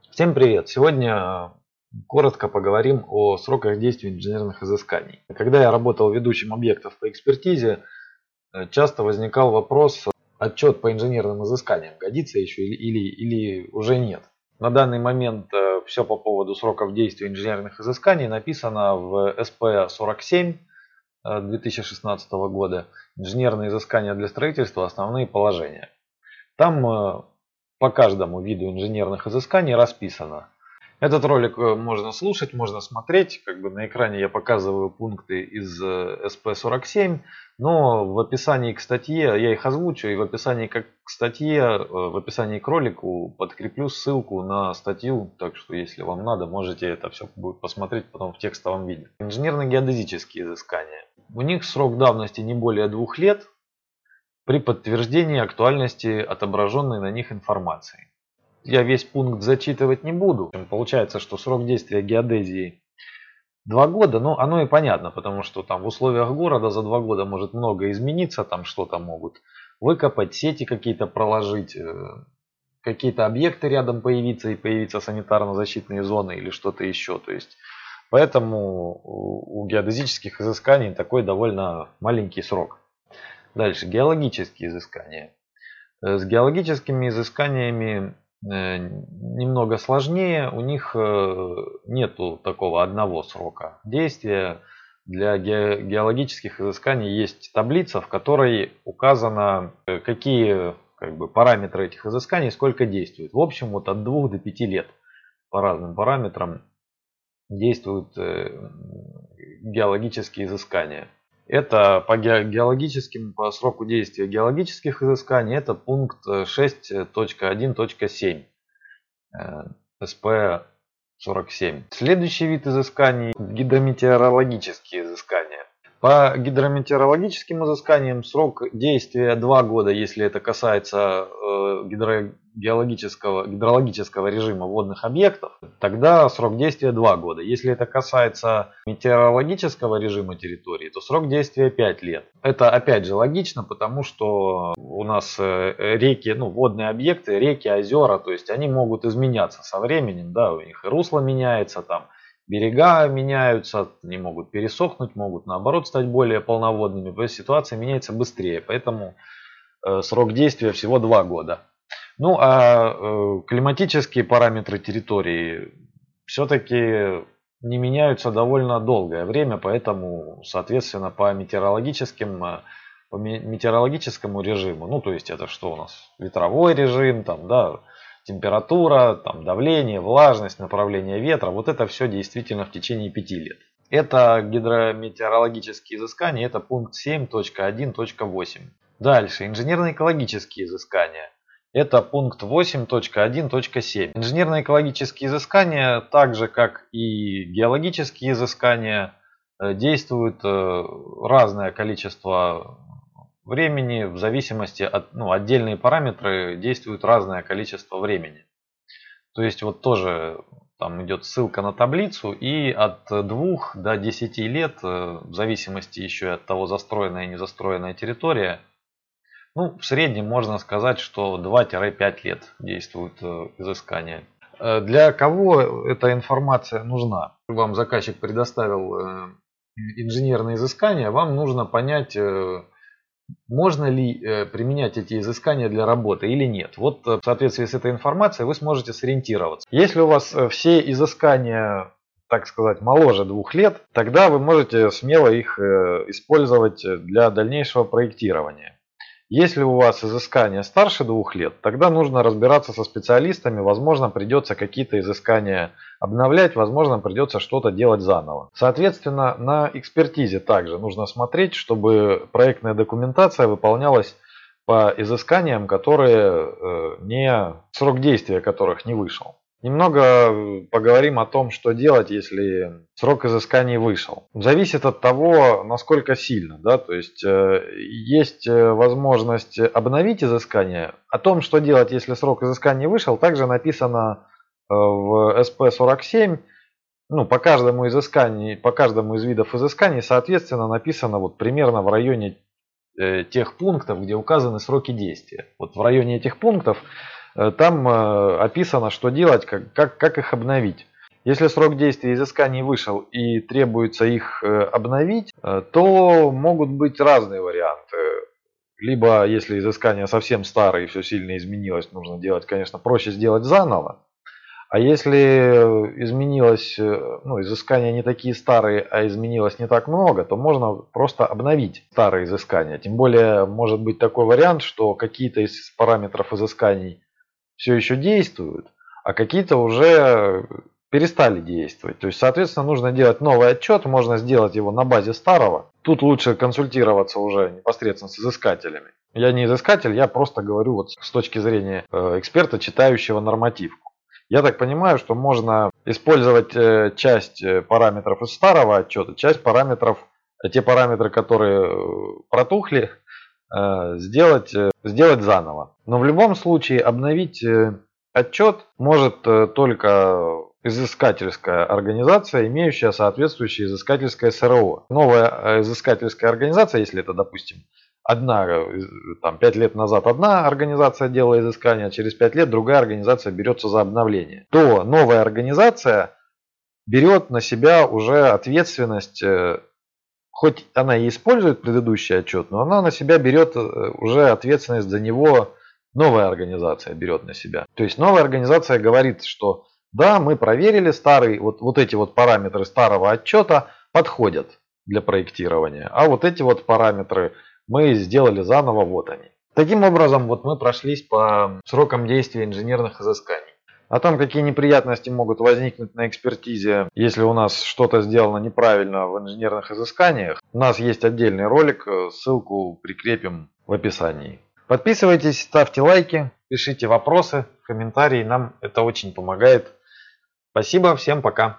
Всем привет! Сегодня коротко поговорим о сроках действия инженерных изысканий. Когда я работал ведущим объектов по экспертизе, часто возникал вопрос, отчет по инженерным изысканиям годится еще или уже нет. На данный момент все по поводу сроков действия инженерных изысканий написано в СП-47 2016 года «Инженерные изыскания для строительства. Основные положения». Там по каждому виду инженерных изысканий расписано. Этот ролик можно слушать, можно смотреть. Как бы на экране я показываю пункты из СП-47, но в описании к статье я их озвучу, и в описании к статье, в описании к ролику подкреплю ссылку на статью, так что если вам надо, можете это все будет посмотреть потом в текстовом виде. Инженерно-геодезические изыскания. У них срок давности не более 2 лет при подтверждении актуальности отображенной на них информации. Я весь пункт зачитывать не буду. Получается, что срок действия геодезии 2 года, но оно и понятно, потому что там в условиях города за 2 года может много измениться, там что-то могут выкопать, сети какие-то проложить, какие-то объекты рядом появиться и появиться санитарно-защитные зоны или что-то еще. То есть, поэтому у геодезических изысканий такой довольно маленький срок. Дальше, геологические изыскания. С геологическими изысканиями немного сложнее, у них нету такого одного срока действия. Для геологических изысканий есть таблица, в которой указано, какие параметры этих изысканий, сколько действует. В общем, вот от 2 до 5 лет по разным параметрам действуют геологические изыскания. Это по геологическим, по сроку действия геологических изысканий, это пункт 6.1.7 СП-47. Следующий вид изысканий – гидрометеорологические изыскания. По гидрометеорологическим изысканиям срок действия 2 года, если это касается гидрологического режима водных объектов, тогда срок действия 2 года. Если это касается метеорологического режима территории, то срок действия 5 лет. Это опять же логично, потому что у нас реки, водные объекты, реки, озера, то есть они могут изменяться со временем, да, у них и русло меняется, там берега меняются, они могут пересохнуть, могут наоборот стать более полноводными. То есть ситуация меняется быстрее, поэтому срок действия всего 2 года. Ну а климатические параметры территории все-таки не меняются довольно долгое время, поэтому, соответственно, по метеорологическому режиму, то есть это что у нас? Ветровой режим, там, да, температура, там, давление, влажность, направление ветра, вот это все действительно в течение 5 лет. Это гидрометеорологические изыскания, это пункт 7.1.8. Дальше, инженерно-экологические изыскания. Это пункт 8.1.7. Инженерно-экологические изыскания, так же как и геологические изыскания, действуют разное количество времени в зависимости от, отдельные параметры действуют разное количество времени. То есть вот тоже там идет ссылка на таблицу, и от 2 до 10 лет, в зависимости еще и от того, застроенная и незастроенная территория, в среднем можно сказать, что 2-5 лет действуют изыскания. Для кого эта информация нужна? Вам заказчик предоставил инженерные изыскания, вам нужно понять, можно ли применять эти изыскания для работы или нет. Вот в соответствии с этой информацией вы сможете сориентироваться. Если у вас все изыскания, так сказать, моложе 2 лет, тогда вы можете смело их использовать для дальнейшего проектирования. Если у вас изыскания старше 2 лет, тогда нужно разбираться со специалистами, возможно, придется какие-то изыскания обновлять, возможно, придется что-то делать заново. Соответственно, на экспертизе также нужно смотреть, чтобы проектная документация выполнялась по изысканиям, срок действия которых не вышел. Немного поговорим о том, что делать, если срок изысканий вышел. Зависит от того, насколько сильно. Да? То есть есть возможность обновить изыскание. О том, что делать, если срок изыскания вышел, также написано в СП-47. По каждому из видов изысканий, соответственно, написано примерно в районе тех пунктов, где указаны сроки действия. Вот в районе этих пунктов там описано, что делать, как их обновить. Если срок действия изысканий вышел и требуется их обновить, то могут быть разные варианты. Либо, если изыскание совсем старое и все сильно изменилось, нужно делать, конечно, проще сделать заново. А если изменилось, ну, изыскания не такие старые, а изменилось не так много, то можно просто обновить старые изыскания. Тем более, может быть такой вариант, что какие-то из параметров изысканий все еще действуют, а какие-то уже перестали действовать. То есть, соответственно, нужно делать новый отчет, можно сделать его на базе старого. Тут лучше консультироваться уже непосредственно с изыскателями. Я не изыскатель, я просто говорю вот с точки зрения эксперта, читающего нормативку. Я так понимаю, что можно использовать часть параметров из старого отчета, часть параметров, те параметры, которые протухли, сделать заново. Но в любом случае обновить отчет может только изыскательская организация, имеющая соответствующее изыскательское СРО. Новая изыскательская организация, если это, допустим, там, 5 лет назад одна организация делала изыскание, а через 5 лет другая организация берется за обновление, то новая организация берет на себя уже ответственность. Хоть она и использует предыдущий отчет, но она на себя берет уже ответственность за него, новая организация берет на себя. То есть новая организация говорит, что да, мы проверили старый, вот эти вот параметры старого отчета подходят для проектирования, а вот эти вот параметры мы сделали заново, вот они. Таким образом, вот мы прошлись по срокам действия инженерных изысканий. А там какие неприятности могут возникнуть на экспертизе, если у нас что-то сделано неправильно в инженерных изысканиях. У нас есть отдельный ролик, ссылку прикрепим в описании. Подписывайтесь, ставьте лайки, пишите вопросы, комментарии, нам это очень помогает. Спасибо, всем пока.